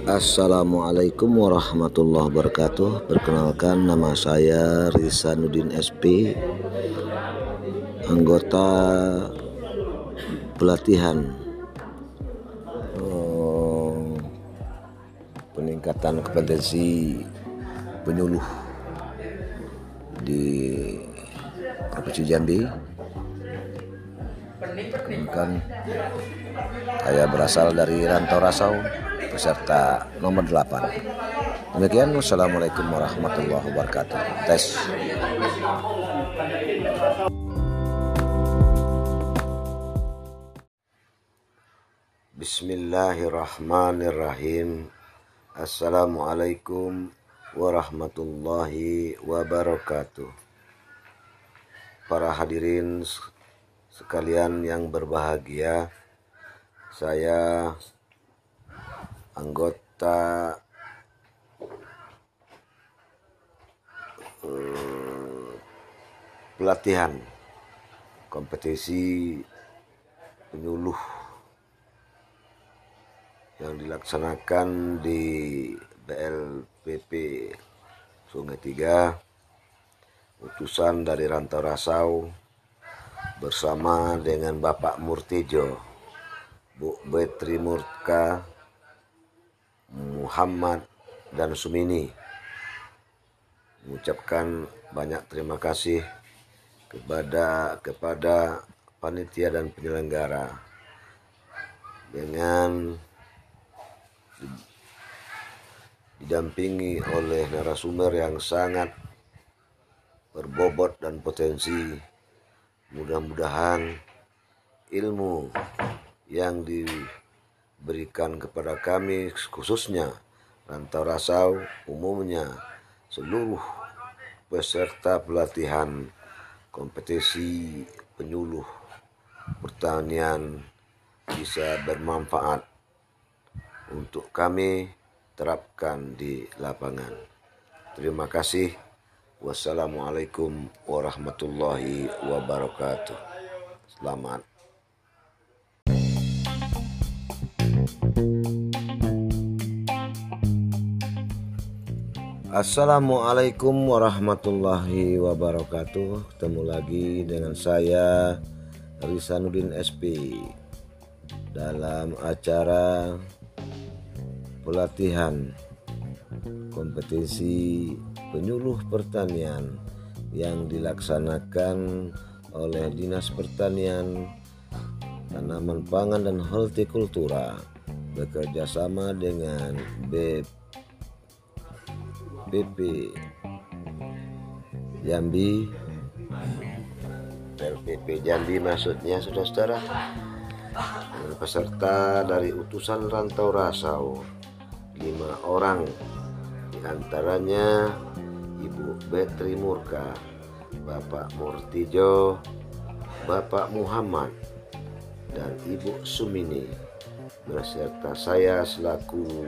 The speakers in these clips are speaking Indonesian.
Assalamualaikum warahmatullahi wabarakatuh. Perkenalkan, nama saya Risanuddin SP, anggota pelatihan peningkatan kompetensi penyuluh di Provinsi Jambi. Perkenalkan, saya berasal dari Rantau Rasau, peserta nomor 8. Demikian, wassalamualaikum warahmatullahi wabarakatuh. Tes. Bismillahirrahmanirrahim. Assalamualaikum warahmatullahi wabarakatuh. Para hadirin sekalian yang berbahagia, saya anggota pelatihan kompetisi penyuluh yang dilaksanakan di BLPP Sungai Tiga, utusan dari Rantau Rasau bersama dengan Bapak Murtijo, Bu Betri Murka, Muhammad dan Sumini. Mengucapkan banyak terima kasih kepada panitia dan penyelenggara dengan didampingi oleh narasumber yang sangat berbobot dan potensi. Mudah-mudahan ilmu yang diberikan kepada kami, khususnya Rantau Rasau, umumnya seluruh peserta pelatihan kompetisi penyuluh pertanian, bisa bermanfaat untuk kami terapkan di lapangan. Terima kasih. Wassalamualaikum warahmatullahi wabarakatuh. Selamat. Assalamualaikum warahmatullahi wabarakatuh. Ketemu lagi dengan saya Risanuddin SP dalam acara pelatihan kompetisi penyuluh pertanian yang dilaksanakan oleh Dinas Pertanian, Tanaman Pangan dan Hortikultura bekerjasama dengan BP Jambi, LPP Jambi maksudnya, saudara-saudara, dan peserta dari utusan Rantau Rasau 5 orang, diantaranya Ibu Betri Murka, Bapak Murtijo, Bapak Muhammad, dan Ibu Sumini, beserta saya selaku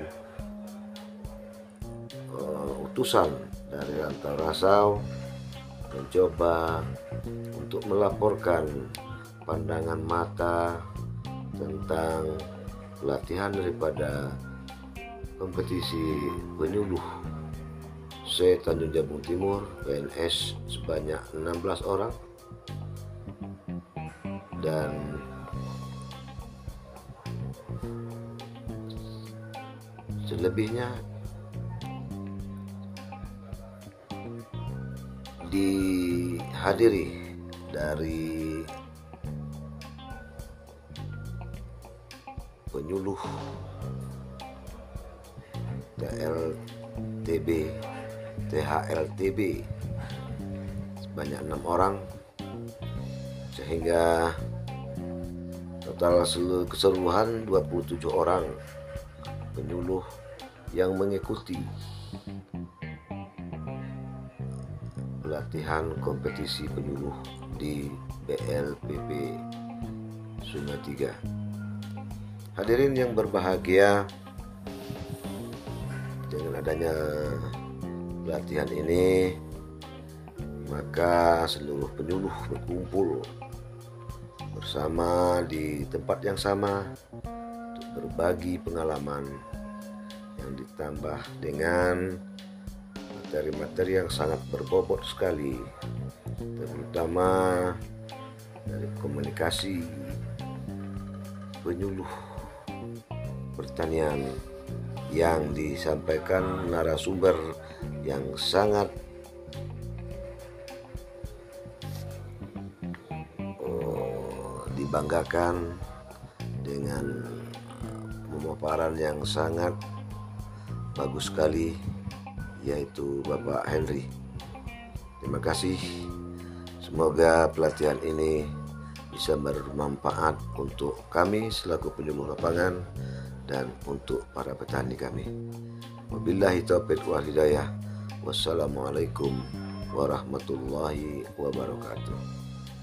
utusan dari Rantau Rasau, mencoba untuk melaporkan pandangan mata tentang pelatihan daripada kompetisi penyuluh Tanjung Jabung Timur PNS sebanyak 16 orang, dan selebihnya dihadiri dari penyuluh THLTB sebanyak 6 orang, sehingga total keseluruhan 27 orang penyuluh yang mengikuti pelatihan kompetisi penyuluh di BLPP Sungai Tiga. Hadirin yang berbahagia, dengan adanya pelatihan ini, maka seluruh penyuluh berkumpul bersama di tempat yang sama untuk berbagi pengalaman yang ditambah dengan materi-materi yang sangat berbobot sekali, terutama dari komunikasi penyuluh pertanian yang disampaikan narasumber yang sangat dibanggakan dengan pemaparan yang sangat bagus sekali, yaitu Bapak Henry. Terima kasih. Semoga pelatihan ini bisa bermanfaat untuk kami selaku penyuluh lapangan dan untuk para petani kami. Wabillahi taufiq wal hidayah. Wassalamualaikum warahmatullahi wabarakatuh.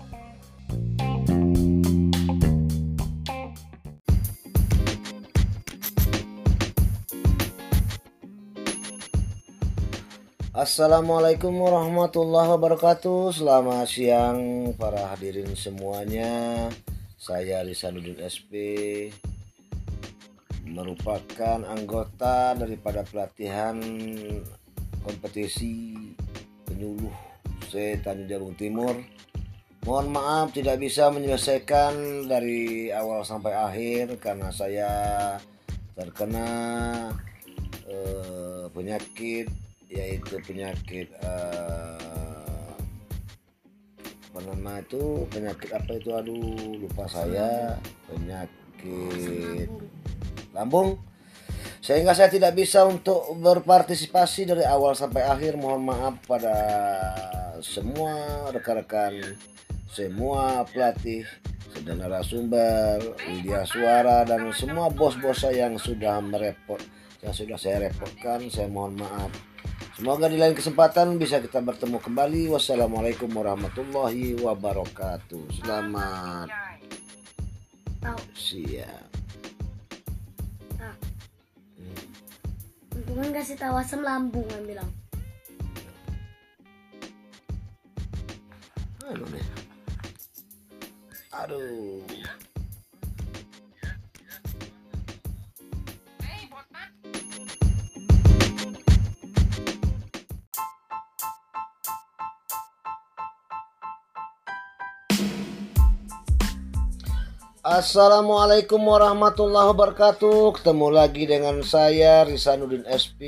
Assalamualaikum warahmatullahi wabarakatuh. Selamat siang para hadirin semuanya. Saya Risanuddin SP, merupakan anggota daripada pelatihan kompetisi penyuluh Tanjung Jabung Timur. Mohon maaf tidak bisa menyelesaikan dari awal sampai akhir karena saya terkena penyakit, yaitu penyakit penyakit apa itu, aduh lupa saya, penyakit lambung, sehingga saya tidak bisa untuk berpartisipasi dari awal sampai akhir. Mohon maaf pada semua rekan-rekan, semua pelatih, dan narasumber, media suara, dan semua bos-bos saya yang sudah saya repotkan. Saya mohon maaf. Semoga di lain kesempatan bisa kita bertemu kembali. Wassalamualaikum warahmatullahi wabarakatuh. Selamat siang. Bukan kasih tahu asam lambung kan bilang. Aduh. Assalamualaikum warahmatullahi wabarakatuh. Ketemu lagi dengan saya Risanuddin SP,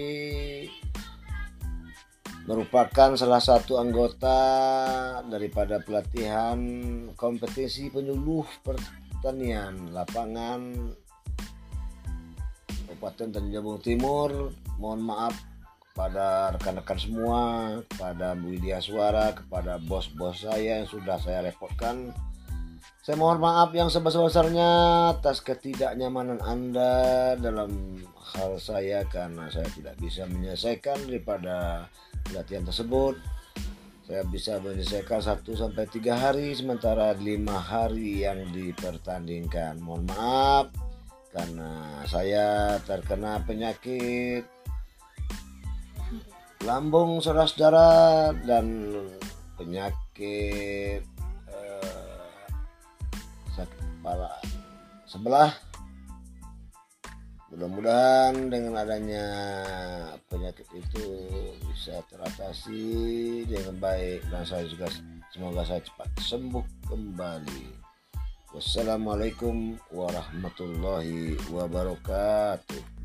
merupakan salah satu anggota daripada pelatihan kompetisi penyuluh pertanian lapangan Kabupaten Tanjung Jabung Timur. Mohon maaf kepada rekan-rekan semua, kepada media suara, kepada bos-bos saya yang sudah saya repotkan. Saya mohon maaf yang sebesar-besarnya atas ketidaknyamanan Anda dalam hal saya, karena saya tidak bisa menyelesaikan daripada pelatihan tersebut. Saya bisa menyelesaikan 1-3 hari, sementara 5 hari yang dipertandingkan. Mohon maaf karena saya terkena penyakit lambung, saudara-saudara, dan penyakit sakit kepala sebelah. Mudah-mudahan dengan adanya penyakit itu bisa teratasi dengan baik, dan saya juga semoga saya cepat sembuh kembali. Wassalamualaikum warahmatullahi wabarakatuh.